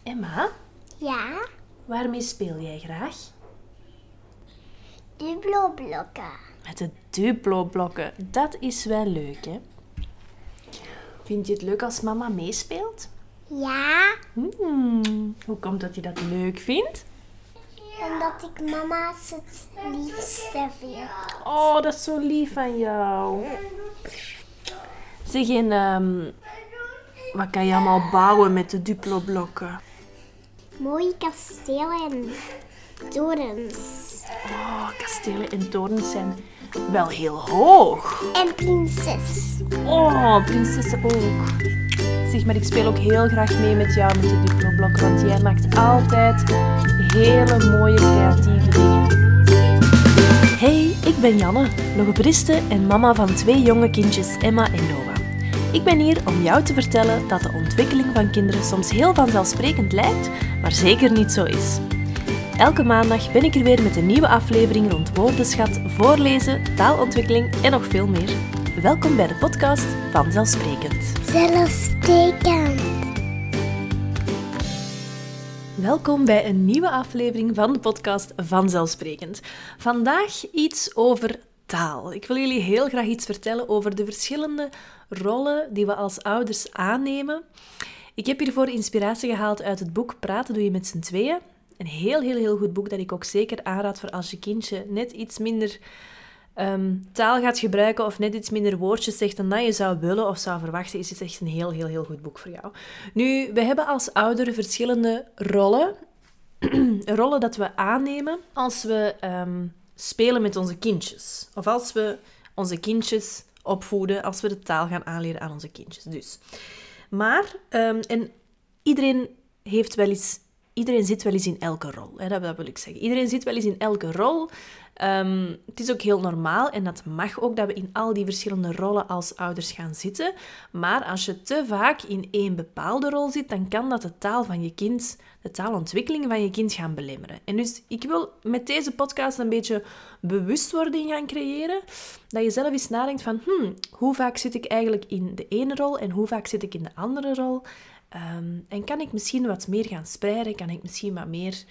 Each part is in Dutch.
Emma, Ja, waarmee speel jij graag? Duplo-blokken. Met de Duplo-blokken. Dat is wel leuk, hè? Vind je het leuk als mama meespeelt? Ja, Hoe komt dat je dat leuk vindt? omdat ik mama's het liefste vind. Oh, dat is zo lief van jou. Zeg, en wat kan je allemaal bouwen met de Duplo-blokken? Mooie kastelen en torens. Oh, kastelen en torens zijn wel heel hoog. En prinses. Oh, prinsessen ook. Zeg, maar ik speel ook heel graag mee met jou met de Duplo-blokken, want jij maakt altijd hele mooie creatieve dingen. Hey, ik ben Janne, logopediste en mama van 2 jonge kindjes, Emma en Noah. Ik ben hier om jou te vertellen dat de ontwikkeling van kinderen soms heel vanzelfsprekend lijkt, maar zeker niet zo is. Elke maandag ben ik er weer met een nieuwe aflevering rond woordenschat, voorlezen, taalontwikkeling en nog veel meer. Welkom bij de podcast Vanzelfsprekend. Zelfsprekend. Welkom bij een nieuwe aflevering van de podcast Vanzelfsprekend. Vandaag iets over taal. Ik wil jullie heel graag iets vertellen over de verschillende rollen die we als ouders aannemen. Ik heb hiervoor inspiratie gehaald uit het boek Praten doe je met z'n tweeën. Een heel goed boek dat ik ook zeker aanraad voor als je kindje net iets minder taal gaat gebruiken of net iets minder woordjes zegt dan dat je zou willen of zou verwachten, is het echt een heel goed boek voor jou. Nu, we hebben als ouder verschillende rollen. Rollen dat we aannemen als we spelen met onze kindjes. Of als we onze kindjes opvoeden, als we de taal gaan aanleren aan onze kindjes. Dus. Maar, en iedereen zit wel eens in elke rol. Hè, dat wil ik zeggen. Iedereen zit wel eens in elke rol. Het is ook heel normaal en dat mag ook dat we in al die verschillende rollen als ouders gaan zitten. Maar als je te vaak in één bepaalde rol zit, dan kan dat de taal van je kind, de taalontwikkeling van je kind gaan belemmeren. En dus ik wil met deze podcast een beetje bewustwording gaan creëren. Dat je zelf eens nadenkt van, hoe vaak zit ik eigenlijk in de ene rol en hoe vaak zit ik in de andere rol? En kan ik misschien wat meer gaan spreiden? Kan ik misschien wat meer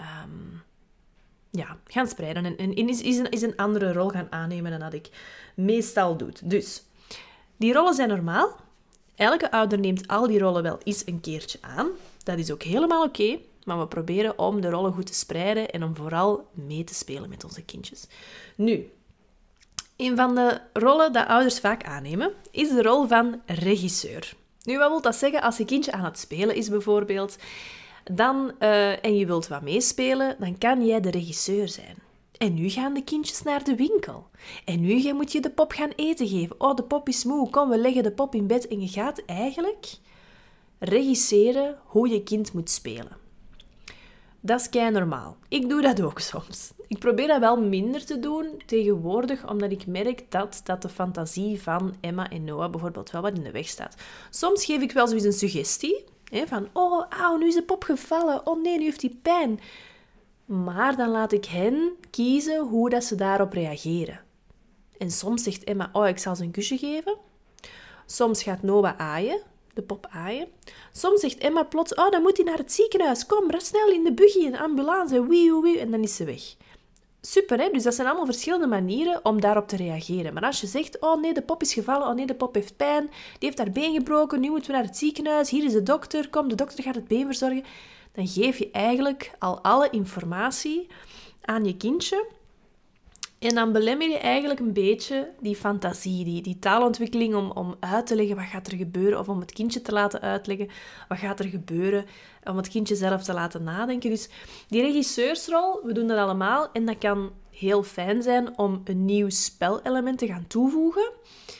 gaan spreiden? En is een andere rol gaan aannemen dan dat ik meestal doe. Dus, die rollen zijn normaal. Elke ouder neemt al die rollen wel eens een keertje aan. Dat is ook helemaal oké. Maar we proberen om de rollen goed te spreiden en om vooral mee te spelen met onze kindjes. Nu, een van de rollen dat ouders vaak aannemen, is de rol van regisseur. Nu, wat wil dat zeggen? Als je kindje aan het spelen is bijvoorbeeld, en je wilt wat meespelen, dan kan jij de regisseur zijn. En nu gaan de kindjes naar de winkel. En nu moet je de pop gaan eten geven. Oh, de pop is moe. Kom, we leggen de pop in bed. En je gaat eigenlijk regisseren hoe je kind moet spelen. Dat is kei normaal. Ik doe dat ook soms. Ik probeer dat wel minder te doen tegenwoordig, omdat ik merk dat de fantasie van Emma en Noah bijvoorbeeld wel wat in de weg staat. Soms geef ik wel zoiets een suggestie, van oh, auw, nu is de pop gevallen. Oh nee, nu heeft hij pijn. Maar dan laat ik hen kiezen hoe dat ze daarop reageren. En soms zegt Emma, oh, ik zal ze een kusje geven. Soms gaat Noah aaien. De pop aaien. Soms zegt Emma plots, oh, dan moet hij naar het ziekenhuis. Kom, snel in de buggy, een ambulance, wieuw, en dan is ze weg. Super, hè? Dus dat zijn allemaal verschillende manieren om daarop te reageren. Maar als je zegt, oh nee, de pop is gevallen, oh nee, de pop heeft pijn, die heeft haar been gebroken, nu moeten we naar het ziekenhuis, hier is de dokter, kom, de dokter gaat het been verzorgen, dan geef je eigenlijk al alle informatie aan je kindje. En dan belemmer je eigenlijk een beetje die fantasie, die taalontwikkeling om uit te leggen wat gaat er gebeuren, of om het kindje te laten uitleggen wat gaat er gebeuren, om het kindje zelf te laten nadenken. Dus die regisseursrol, we doen dat allemaal en dat kan heel fijn zijn om een nieuw spelelement te gaan toevoegen.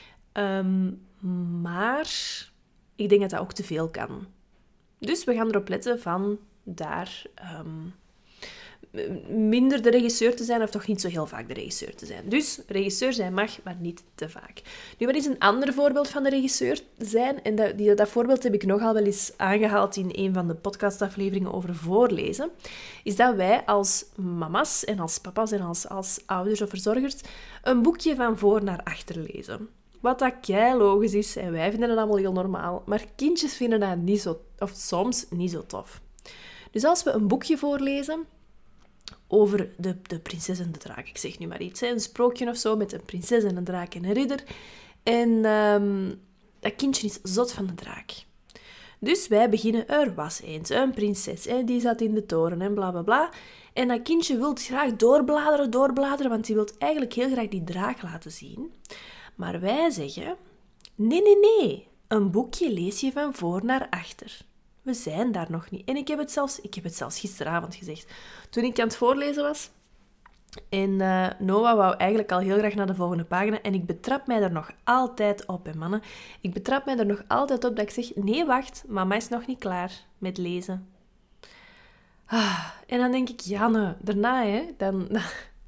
Maar ik denk dat dat ook te veel kan. Dus we gaan erop letten van daar minder de regisseur te zijn, of toch niet zo heel vaak de regisseur te zijn. Dus regisseur zijn mag, maar niet te vaak. Nu, wat is een ander voorbeeld van de regisseur zijn? En dat voorbeeld heb ik nogal wel eens aangehaald in een van de podcastafleveringen over voorlezen. Is dat wij als mama's en als papa's en als ouders of verzorgers een boekje van voor naar achter lezen. Wat dat keilogisch is, en wij vinden dat allemaal heel normaal. Maar kindjes vinden dat niet zo, of soms niet zo tof. Dus als we een boekje voorlezen over de prinses en de draak, ik zeg nu maar iets, een sprookje of zo met een prinses en een draak en een ridder. En dat kindje is zot van de draak. Dus wij beginnen, er was eens een prinses, die zat in de toren en bla bla bla. En dat kindje wil graag doorbladeren, want die wil eigenlijk heel graag die draak laten zien. Maar wij zeggen, nee, een boekje lees je van voor naar achter. We zijn daar nog niet. En ik heb het zelfs gisteravond gezegd. Toen ik aan het voorlezen was. En Noah wou eigenlijk al heel graag naar de volgende pagina. En ik betrap mij er nog altijd op, hè, mannen. Ik betrap mij er nog altijd op dat ik zeg, nee, wacht, mama is nog niet klaar met lezen. En dan denk ik, Janne, daarna, hè, dan...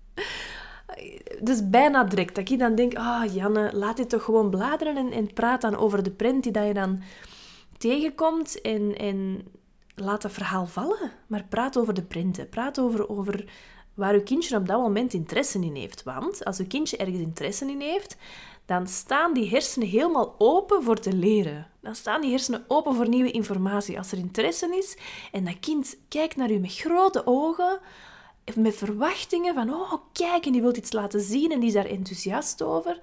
Dus bijna direct, dat ik dan denk, Janne, laat dit toch gewoon bladeren en praat dan over de prent die dat je dan tegenkomt en laat dat verhaal vallen. Maar praat over de prenten, praat over waar uw kindje op dat moment interesse in heeft. Want als uw kindje ergens interesse in heeft, dan staan die hersenen helemaal open voor te leren. Dan staan die hersenen open voor nieuwe informatie. Als er interesse is en dat kind kijkt naar u met grote ogen, met verwachtingen van, kijk, en die wil iets laten zien en die is daar enthousiast over.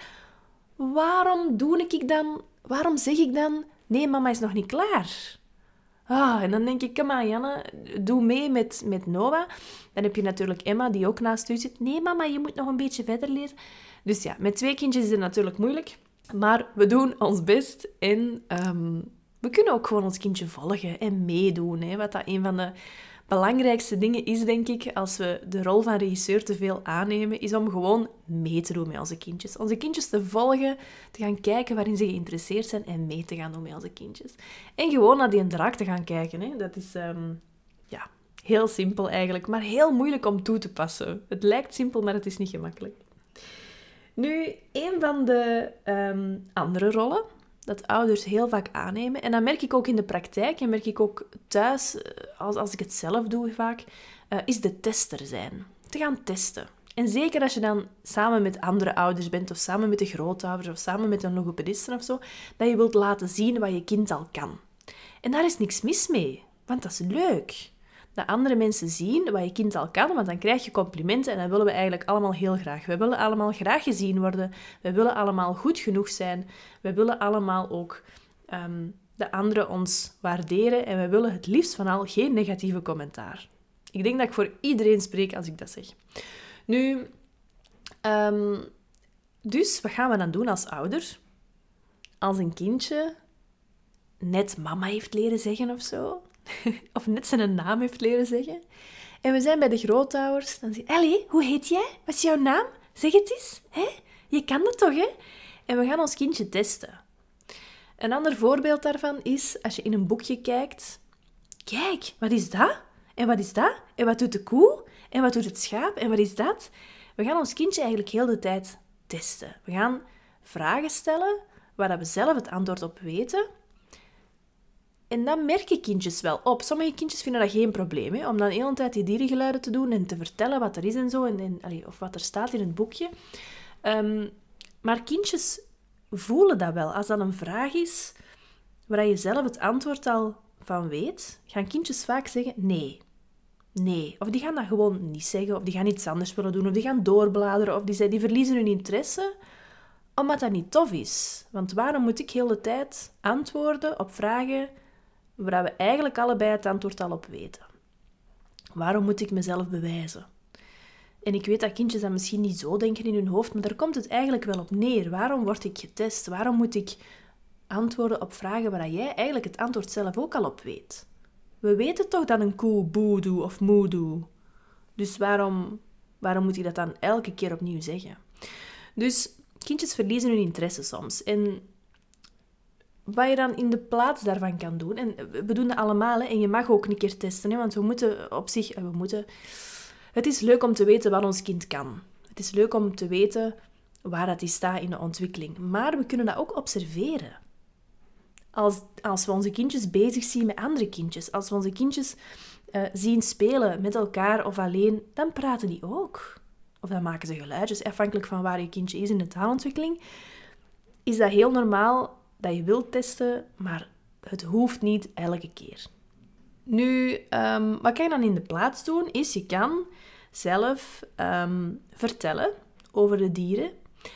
Waarom zeg ik dan, nee, mama is nog niet klaar? En dan denk ik, kom maar Janne, doe mee met Noah. Dan heb je natuurlijk Emma, die ook naast u zit. Nee, mama, je moet nog een beetje verder lezen. Dus ja, met 2 kindjes is het natuurlijk moeilijk. Maar we doen ons best en we kunnen ook gewoon ons kindje volgen en meedoen. Hè, wat dat een van de belangrijkste dingen is, denk ik, als we de rol van regisseur te veel aannemen, is om gewoon mee te doen met onze kindjes. Onze kindjes te volgen, te gaan kijken waarin ze geïnteresseerd zijn en mee te gaan doen met onze kindjes. En gewoon naar die draak te gaan kijken. Hè. Dat is heel simpel eigenlijk, maar heel moeilijk om toe te passen. Het lijkt simpel, maar het is niet gemakkelijk. Nu, een van de andere rollen dat ouders heel vaak aannemen. En dat merk ik ook in de praktijk en merk ik ook thuis, als ik het zelf doe vaak, is de tester zijn. Te gaan testen. En zeker als je dan samen met andere ouders bent, of samen met de grootouders, of samen met een logopediste of zo, dat je wilt laten zien wat je kind al kan. En daar is niks mis mee, want dat is leuk. Dat andere mensen zien wat je kind al kan, want dan krijg je complimenten en dat willen we eigenlijk allemaal heel graag. We willen allemaal graag gezien worden. We willen allemaal goed genoeg zijn. We willen allemaal ook de anderen ons waarderen en we willen het liefst van al geen negatieve commentaar. Ik denk dat ik voor iedereen spreek als ik dat zeg. Nu, dus wat gaan we dan doen als ouder? Als een kindje net mama heeft leren zeggen of zo, of net zijn naam heeft leren zeggen. En we zijn bij de grootouders. Dan zeg je, Ellie, hoe heet jij? Wat is jouw naam? Zeg het eens. Hè? Je kan dat toch, hè? En we gaan ons kindje testen. Een ander voorbeeld daarvan is, als je in een boekje kijkt. Kijk, wat is dat? En wat is dat? En wat doet de koe? En wat doet het schaap? En wat is dat? We gaan ons kindje eigenlijk heel de tijd testen. We gaan vragen stellen waar we zelf het antwoord op weten. En dan merken kindjes wel op. Sommige kindjes vinden dat geen probleem, hè, om dan de hele tijd die dierengeluiden te doen en te vertellen wat er is en zo, of wat er staat in het boekje. Maar kindjes voelen dat wel. Als dat een vraag is waar je zelf het antwoord al van weet, gaan kindjes vaak zeggen nee. Nee. Of die gaan dat gewoon niet zeggen, of die gaan iets anders willen doen, of die gaan doorbladeren, of die verliezen hun interesse, omdat dat niet tof is. Want waarom moet ik heel de tijd antwoorden op vragen waar we eigenlijk allebei het antwoord al op weten? Waarom moet ik mezelf bewijzen? En ik weet dat kindjes dat misschien niet zo denken in hun hoofd, maar daar komt het eigenlijk wel op neer. Waarom word ik getest? Waarom moet ik antwoorden op vragen waar jij eigenlijk het antwoord zelf ook al op weet? We weten toch dat een koe boe doet of moe doet. Dus waarom moet ik dat dan elke keer opnieuw zeggen? Dus kindjes verliezen hun interesse soms. En wat je dan in de plaats daarvan kan doen, en we doen dat allemaal, hè, en je mag ook een keer testen, hè, want het is leuk om te weten wat ons kind kan. Het is leuk om te weten waar dat is staat in de ontwikkeling. Maar we kunnen dat ook observeren. Als we onze kindjes bezig zien met andere kindjes, als we onze kindjes zien spelen met elkaar of alleen, dan praten die ook. Of dan maken ze geluidjes, afhankelijk van waar je kindje is in de taalontwikkeling. Is dat heel normaal dat je wilt testen, maar het hoeft niet elke keer. Nu, wat kan je dan in de plaats doen, is je kan zelf vertellen over de dieren.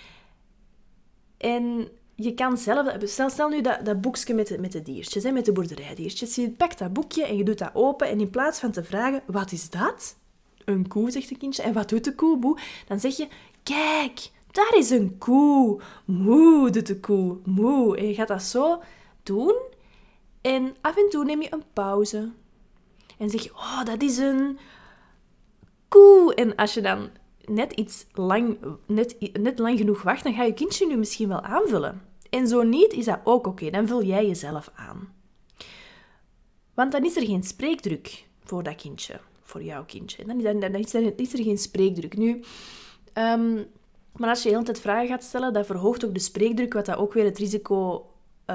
En je kan zelf... Stel nu dat boekje met de diertjes, met de boerderijdiertjes. Je pakt dat boekje en je doet dat open. En in plaats van te vragen, wat is dat? Een koe, zegt een kindje. En wat doet de koe, boe? Dan zeg je, kijk, daar is een koe. Moe, doet de koe. Moe. En je gaat dat zo doen. En af en toe neem je een pauze. En zeg je, oh, dat is een koe. En als je dan net lang genoeg wacht, dan ga je kindje nu misschien wel aanvullen. En zo niet, is dat ook oké. Dan vul jij jezelf aan. Want dan is er geen spreekdruk voor dat kindje. Voor jouw kindje. Dan is er geen spreekdruk. Nu, maar als je de hele tijd vragen gaat stellen, dat verhoogt ook de spreekdruk, wat dat ook weer het risico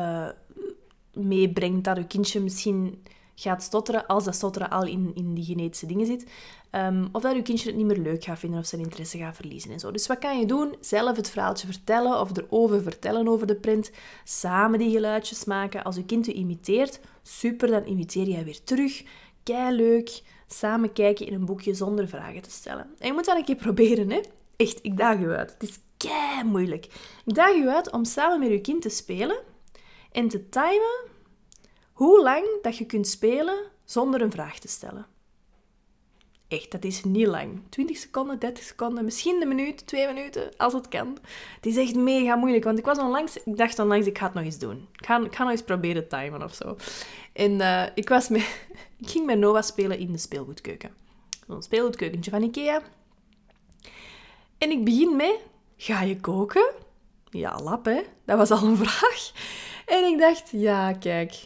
meebrengt dat je kindje misschien gaat stotteren, als dat stotteren al in die genetische dingen zit. Of dat je kindje het niet meer leuk gaat vinden of zijn interesse gaat verliezen en zo. Dus wat kan je doen? Zelf het verhaaltje vertellen of erover vertellen over de prent. Samen die geluidjes maken. Als je kind je imiteert, super, dan imiteer jij weer terug. Keileuk. Samen kijken in een boekje zonder vragen te stellen. En je moet dat een keer proberen, hè. Echt, ik daag je uit. Het is kei moeilijk. Ik daag je uit om samen met je kind te spelen en te timen hoe lang dat je kunt spelen zonder een vraag te stellen. Echt, dat is niet lang. 20 seconden, 30 seconden, misschien een minuut, 2 minuten, als het kan. Het is echt mega moeilijk, want ik dacht onlangs, ik ga het nog eens doen. Ik ga nog eens proberen timen of zo. En ik ging met Noah spelen in de speelgoedkeuken. Een speelgoedkeukentje van Ikea. En ik begin met, ga je koken? Ja, lap, hè. Dat was al een vraag. En ik dacht, ja, kijk.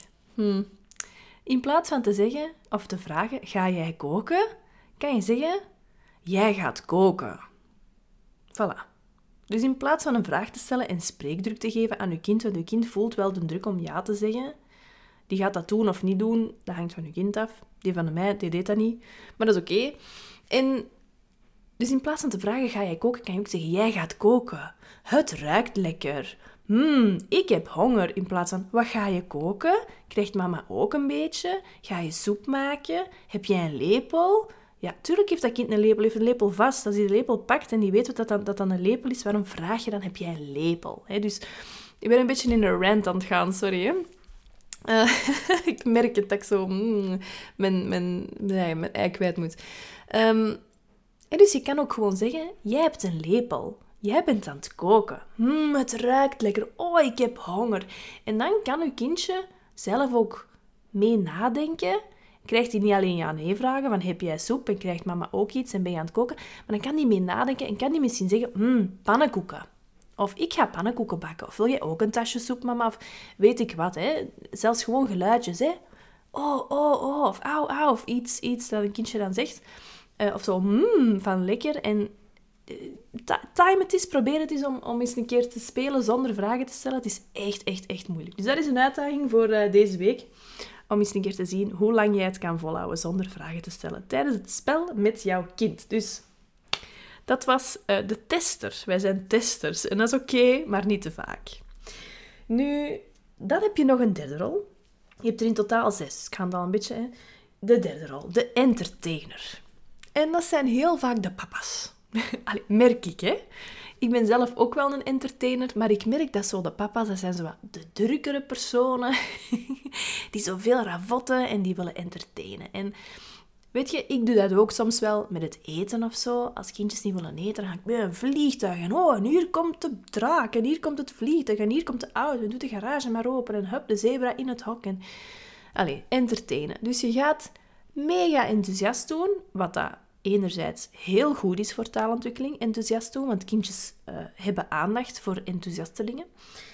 In plaats van te zeggen, of te vragen, ga jij koken? Kan je zeggen, jij gaat koken. Voilà. Dus in plaats van een vraag te stellen en spreekdruk te geven aan je kind, want je kind voelt wel de druk om ja te zeggen. Die gaat dat doen of niet doen, dat hangt van je kind af. Die van mij, die deed dat niet. Maar dat is oké. En dus in plaats van te vragen, ga jij koken, kan je ook zeggen, jij gaat koken. Het ruikt lekker. Ik heb honger. In plaats van, wat ga je koken? Krijgt mama ook een beetje? Ga je soep maken? Heb jij een lepel? Ja, tuurlijk heeft dat kind een lepel. Heeft een lepel vast. Als hij de lepel pakt en die weet dat dan een lepel is, waarom vraag je dan, heb jij een lepel? Dus ik ben een beetje in een rant aan het gaan, sorry. Hè? Ik merk het dat ik zo mijn ei kwijt moet. En dus je kan ook gewoon zeggen, jij hebt een lepel. Jij bent aan het koken. Het ruikt lekker. Oh, ik heb honger. En dan kan uw kindje zelf ook mee nadenken. Krijgt hij niet alleen ja-nee vragen van heb jij soep en krijgt mama ook iets en ben je aan het koken. Maar dan kan hij mee nadenken en kan hij misschien zeggen, pannenkoeken. Of ik ga pannenkoeken bakken. Of wil jij ook een tasje soep, mama? Of weet ik wat, hè. Zelfs gewoon geluidjes, hè. Oh, oh, oh. Of auw, auw. Of iets dat een kindje dan zegt. Of zo, van lekker. En time het is, probeer het eens om eens een keer te spelen zonder vragen te stellen. Het is echt, echt, echt moeilijk. Dus dat is een uitdaging voor deze week. Om eens een keer te zien hoe lang jij het kan volhouden zonder vragen te stellen. Tijdens het spel met jouw kind. Dus dat was de tester. Wij zijn testers. En dat is oké, maar niet te vaak. Nu, dan heb je nog een derde rol. Je hebt er in totaal 6. Ik ga dan een beetje... Hè. De derde rol. De entertainer. En dat zijn heel vaak de papa's. Allee, merk ik, hè. Ik ben zelf ook wel een entertainer, maar ik merk dat zo de papa's, dat zijn zo wat de drukkere personen, die zoveel ravotten en die willen entertainen. En weet je, ik doe dat ook soms wel met het eten of zo. Als kindjes niet willen eten, dan ga ik met een vliegtuig. En en hier komt de draak, en hier komt het vliegtuig, en hier komt de auto, en doe de garage maar open, en hup, de zebra in het hok. En... Allee, entertainen. Dus je gaat mega enthousiast doen, wat dat enerzijds heel goed is voor taalontwikkeling, enthousiast doen, want kindjes hebben aandacht voor enthousiastelingen.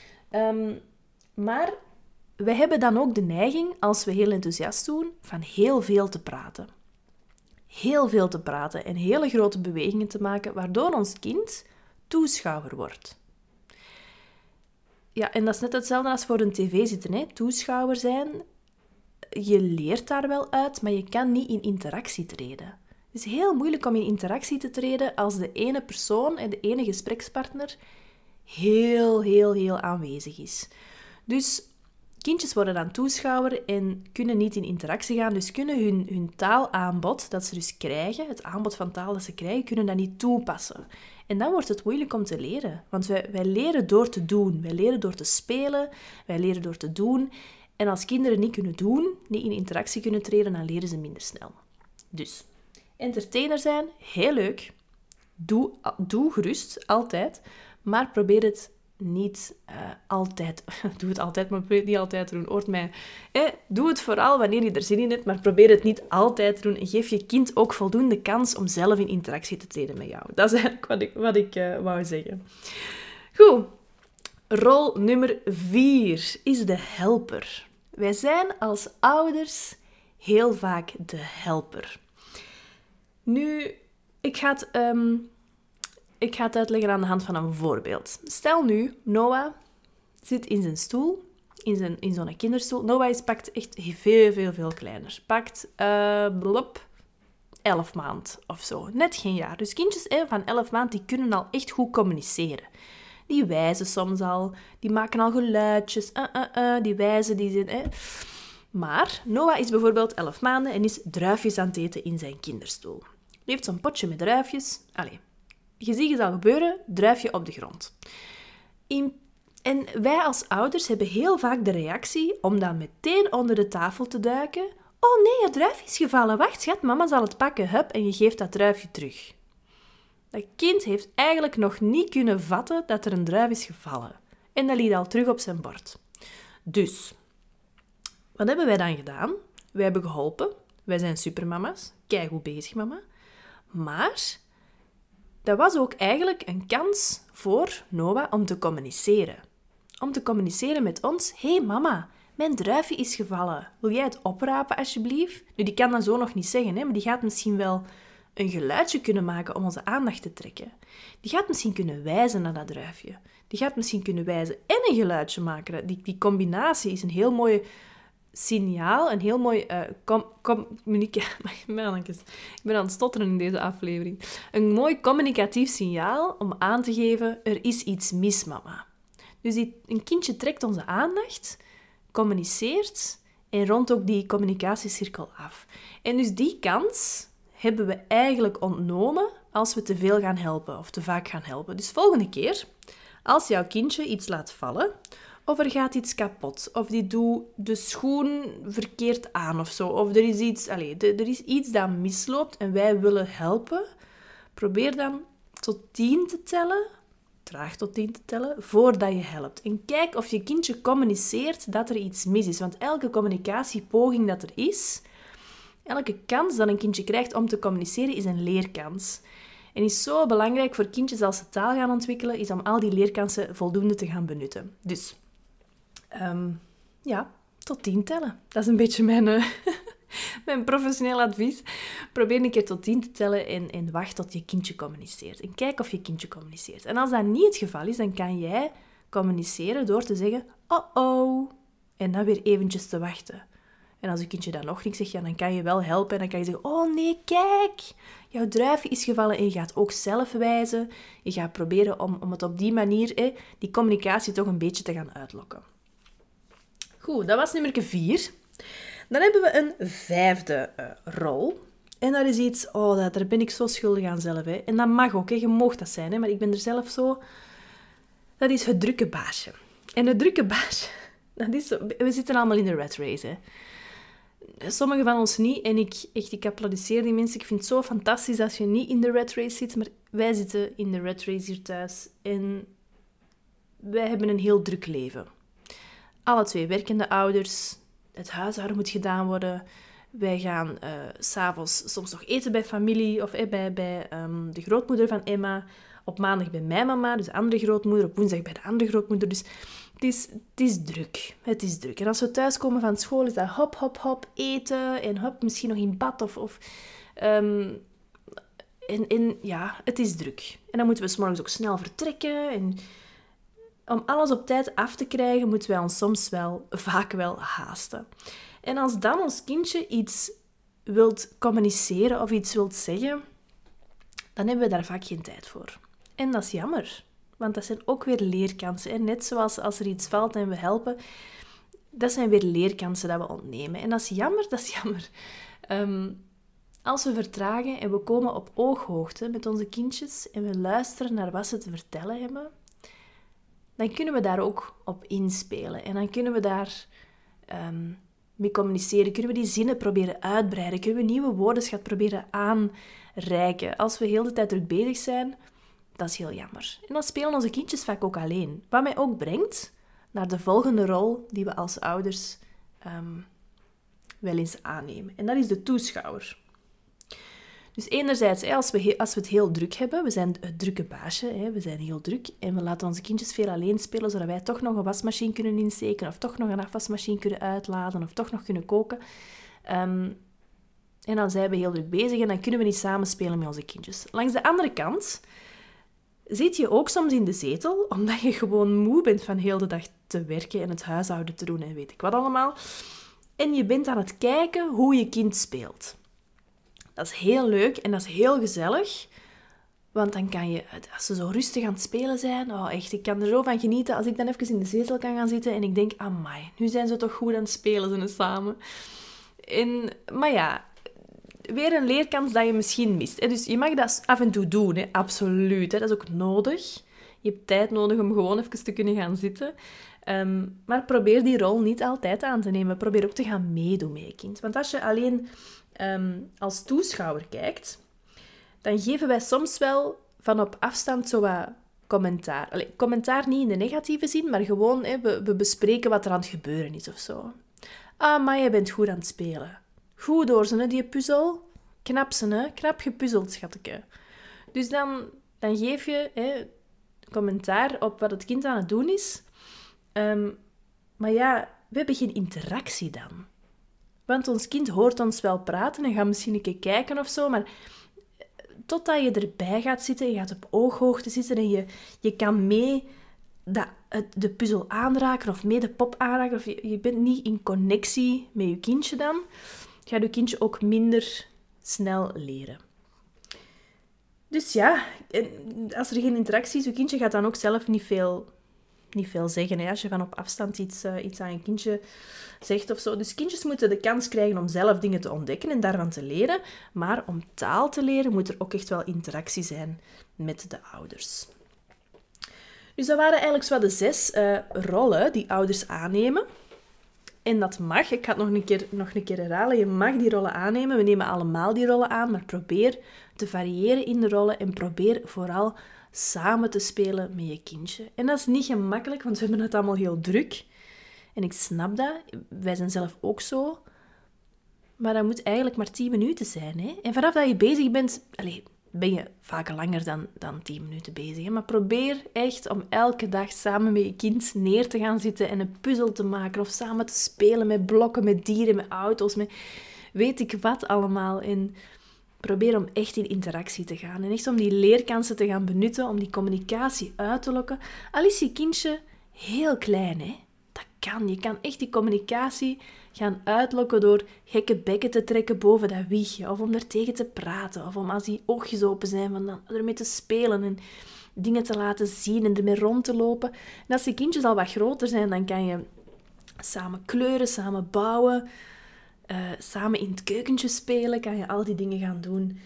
Maar we hebben dan ook de neiging, als we heel enthousiast doen, van heel veel te praten. Heel veel te praten en hele grote bewegingen te maken, waardoor ons kind toeschouwer wordt. Ja, en dat is net hetzelfde als voor een tv zitten, hè. Toeschouwer zijn, je leert daar wel uit, maar je kan niet in interactie treden. Het is heel moeilijk om in interactie te treden als de ene persoon en de ene gesprekspartner heel aanwezig is. Dus Kindjes worden dan toeschouwer en kunnen niet in interactie gaan, dus kunnen hun taalaanbod dat ze dus krijgen, het aanbod van taal dat ze krijgen, kunnen dat niet toepassen. En dan wordt het moeilijk om te leren, want wij leren door te doen. Wij leren door te spelen, wij leren door te doen. En als kinderen niet kunnen doen, niet in interactie kunnen treden, dan leren ze minder snel. Dus, entertainer zijn, heel leuk. Doe gerust, altijd. Maar probeer het niet altijd... Doe het altijd, maar probeer het niet altijd te doen. Hoort mij. Doe het vooral wanneer je er zin in hebt, maar probeer het niet altijd te doen. En geef je kind ook voldoende kans om zelf in interactie te treden met jou. Dat is eigenlijk wat ik wou zeggen. Goed. Rol nummer 4 is de helper. Wij zijn als ouders heel vaak de helper. Nu, ik ga het uitleggen aan de hand van een voorbeeld. Stel nu, Noah zit in zijn stoel, in zo'n kinderstoel. Noah is pakt echt veel kleiner. Pakt 11 maand of zo. Net geen jaar. Dus kindjes van 11 maand die kunnen al echt goed communiceren. Die wijzen soms al. Die maken al geluidjes. Die wijzen, die zijn... Maar Noah is bijvoorbeeld 11 maanden en is druifjes aan het eten in zijn kinderstoel. Die heeft zo'n potje met druifjes. Allee, je ziet het al gebeuren, druifje op de grond. En wij als ouders hebben heel vaak de reactie om dan meteen onder de tafel te duiken. Oh nee, het druifje is gevallen. Wacht, schat, mama zal het pakken. Hup, en je geeft dat druifje terug. Dat kind heeft eigenlijk nog niet kunnen vatten dat er een druif is gevallen. En dat ligt al terug op zijn bord. Dus, wat hebben wij dan gedaan? Wij hebben geholpen. Wij zijn supermama's. Keigoed bezig, mama. Maar dat was ook eigenlijk een kans voor Noah om te communiceren. Om te communiceren met ons. Hé mama, mijn druifje is gevallen. Wil jij het oprapen alsjeblieft? Nu, die kan dat zo nog niet zeggen, maar die gaat misschien wel een geluidje kunnen maken om onze aandacht te trekken. Die gaat misschien kunnen wijzen naar dat druifje. Die gaat misschien kunnen wijzen en een geluidje maken. Die combinatie is een heel mooi signaal, een heel mooi ik ben aan het stotteren in deze aflevering. Een mooi communicatief signaal om aan te geven, er is iets mis, mama. Dus een kindje trekt onze aandacht, communiceert en rondt ook die communicatiecirkel af. En dus die kans hebben we eigenlijk ontnomen als we te veel gaan helpen of te vaak gaan helpen. Dus volgende keer, als jouw kindje iets laat vallen, of er gaat iets kapot, of die doet de schoen verkeerd aan of zo, of er is iets dat misloopt en wij willen helpen, probeer dan tot 10 te tellen, traag tot 10 te tellen, voordat je helpt. En kijk of je kindje communiceert dat er iets mis is, want elke communicatiepoging dat er is, elke kans dat een kindje krijgt om te communiceren, is een leerkans. En is zo belangrijk voor kindjes als ze taal gaan ontwikkelen, is om al die leerkansen voldoende te gaan benutten. Dus, tot 10 tellen. Dat is een beetje mijn professioneel advies. Probeer een keer tot 10 te tellen en wacht tot je kindje communiceert. En kijk of je kindje communiceert. En als dat niet het geval is, dan kan jij communiceren door te zeggen, oh, en dan weer eventjes te wachten. En als je kindje dan nog niks zegt, dan kan je wel helpen. En dan kan je zeggen, oh nee, kijk, jouw druifje is gevallen. En je gaat ook zelf wijzen. Je gaat proberen om het op die manier, die communicatie toch een beetje te gaan uitlokken. Goed, dat was nummer 4. Dan hebben we een 5e rol. En dat is iets, daar ben ik zo schuldig aan zelf. En dat mag ook, je mag dat zijn. Maar ik ben er zelf zo... Dat is het drukke baasje. En het drukke baasje, dat is zo, we zitten allemaal in de rat race. Sommigen van ons niet. En ik applaudisseer die mensen. Ik vind het zo fantastisch als je niet in de rat race zit. Maar wij zitten in de rat race hier thuis. En wij hebben een heel druk leven. Alle 2 werkende ouders. Het huishouden moet gedaan worden. Wij gaan 's avonds soms nog eten bij familie. Of bij de grootmoeder van Emma. Op maandag bij mijn mama, dus de andere grootmoeder. Op woensdag bij de andere grootmoeder. Dus het is druk. Het is druk. En als we thuiskomen van school, is dat hop, eten. En hop, misschien nog in bad. Het is druk. En dan moeten we 's morgens ook snel vertrekken. En om alles op tijd af te krijgen, moeten wij ons soms vaak wel haasten. En als dan ons kindje iets wilt communiceren of iets wilt zeggen, dan hebben we daar vaak geen tijd voor. En dat is jammer, want dat zijn ook weer leerkansen. En net zoals als er iets valt en we helpen, dat zijn weer leerkansen dat we ontnemen. En dat is jammer. Als we vertragen en we komen op ooghoogte met onze kindjes en we luisteren naar wat ze te vertellen hebben, dan kunnen we daar ook op inspelen. En dan kunnen we daar mee communiceren. Kunnen we die zinnen proberen uitbreiden. Kunnen we nieuwe woordenschat proberen aanreiken. Als we heel de tijd druk bezig zijn, dat is heel jammer. En dan spelen onze kindjes vaak ook alleen. Wat mij ook brengt naar de volgende rol die we als ouders wel eens aannemen. En dat is de toeschouwer. Dus enerzijds, als we het heel druk hebben, we zijn het drukke baasje, we zijn heel druk en we laten onze kindjes veel alleen spelen, zodat wij toch nog een wasmachine kunnen insteken of toch nog een afwasmachine kunnen uitladen of toch nog kunnen koken. En dan zijn we heel druk bezig en dan kunnen we niet samen spelen met onze kindjes. Langs de andere kant zit je ook soms in de zetel, omdat je gewoon moe bent van heel de dag te werken en het huishouden te doen en weet ik wat allemaal. En je bent aan het kijken hoe je kind speelt. Dat is heel leuk en dat is heel gezellig. Want dan kan je, als ze zo rustig aan het spelen zijn, echt, ik kan er zo van genieten als ik dan even in de zetel kan gaan zitten en ik denk, amai, nu zijn ze toch goed aan het spelen, ze samen. Maar ja, weer een leerkans dat je misschien mist. Dus je mag dat af en toe doen, absoluut. Dat is ook nodig. Je hebt tijd nodig om gewoon even te kunnen gaan zitten. Maar probeer die rol niet altijd aan te nemen. Probeer ook te gaan meedoen met je kind. Want als je alleen als toeschouwer kijkt, dan geven wij soms wel van op afstand zo wat commentaar. Commentaar niet in de negatieve zin, maar gewoon we bespreken wat er aan het gebeuren is of zo. Ah, maar je bent goed aan het spelen. Goed hoor, ze, die puzzel. Knap ze, knap gepuzzeld, schatje. Dus dan geef je commentaar op wat het kind aan het doen is. Maar ja, we hebben geen interactie dan. Want ons kind hoort ons wel praten en gaat misschien een keer kijken of zo, maar totdat je erbij gaat zitten, je gaat op ooghoogte zitten en je kan mee de puzzel aanraken of mee de pop aanraken, of je bent niet in connectie met je kindje dan, gaat je kindje ook minder snel leren. Dus ja, als er geen interactie is, je kindje gaat dan ook zelf niet veel zeggen. Als je van op afstand iets aan je kindje zegt of zo. Dus kindjes moeten de kans krijgen om zelf dingen te ontdekken en daarvan te leren. Maar om taal te leren moet er ook echt wel interactie zijn met de ouders. Dus dat waren eigenlijk zo de 6 rollen die ouders aannemen. En dat mag. Ik ga het nog een keer herhalen. Je mag die rollen aannemen. We nemen allemaal die rollen aan. Maar probeer te variëren in de rollen. En probeer vooral samen te spelen met je kindje. En dat is niet gemakkelijk, want we hebben het allemaal heel druk. En ik snap dat. Wij zijn zelf ook zo. Maar dat moet eigenlijk maar 10 minuten zijn. Hè? En vanaf dat je bezig bent... ben je vaak langer dan 10 minuten bezig. Hè? Maar probeer echt om elke dag samen met je kind neer te gaan zitten en een puzzel te maken. Of samen te spelen met blokken, met dieren, met auto's, met weet ik wat allemaal. En probeer om echt in interactie te gaan. En echt om die leerkansen te gaan benutten, om die communicatie uit te lokken. Al is je kindje heel klein, hè? Dat kan. Je kan echt die communicatie gaan uitlokken door gekke bekken te trekken boven dat wiegje. Of om er tegen te praten. Of om als die oogjes open zijn, van dan ermee te spelen en dingen te laten zien en ermee rond te lopen. En als die kindjes al wat groter zijn, dan kan je samen kleuren, samen bouwen, samen in het keukentje spelen, kan je al die dingen gaan doen.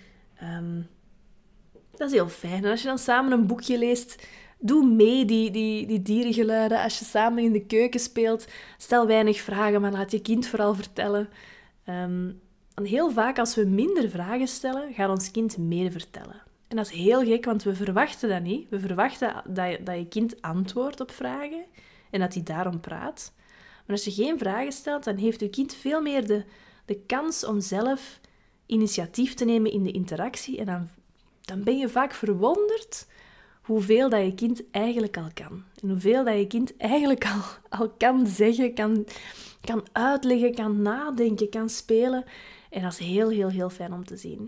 Dat is heel fijn. En als je dan samen een boekje leest, doe mee die dierengeluiden. Als je samen in de keuken speelt, stel weinig vragen, maar laat je kind vooral vertellen. En heel vaak als we minder vragen stellen, gaat ons kind meer vertellen. En dat is heel gek, want we verwachten dat niet. We verwachten dat je kind antwoordt op vragen en dat hij daarom praat. Maar als je geen vragen stelt, dan heeft je kind veel meer de kans om zelf initiatief te nemen in de interactie. En dan ben je vaak verwonderd hoeveel dat je kind eigenlijk al kan. En hoeveel dat je kind eigenlijk al kan zeggen, kan uitleggen, kan nadenken, kan spelen. En dat is heel, heel, heel fijn om te zien.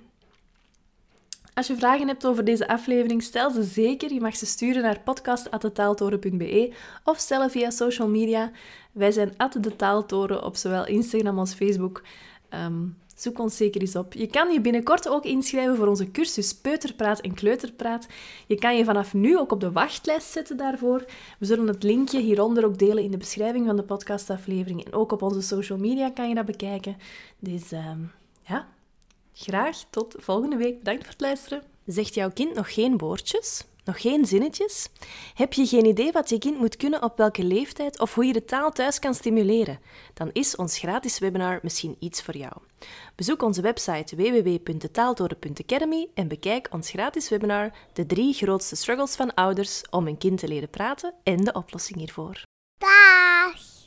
Als je vragen hebt over deze aflevering, stel ze zeker. Je mag ze sturen naar podcast@detaaltoren.be of stellen via social media. Wij zijn @detaaltoren op zowel Instagram als Facebook. Zoek ons zeker eens op. Je kan je binnenkort ook inschrijven voor onze cursus Peuterpraat en Kleuterpraat. Je kan je vanaf nu ook op de wachtlijst zetten daarvoor. We zullen het linkje hieronder ook delen in de beschrijving van de podcastaflevering. En ook op onze social media kan je dat bekijken. Dus graag tot volgende week. Bedankt voor het luisteren. Zegt jouw kind nog geen woordjes? Nog geen zinnetjes? Heb je geen idee wat je kind moet kunnen op welke leeftijd of hoe je de taal thuis kan stimuleren? Dan is ons gratis webinar misschien iets voor jou. Bezoek onze website www.detaaltoren.academy en bekijk ons gratis webinar De 3 grootste struggles van ouders om een kind te leren praten en de oplossing hiervoor.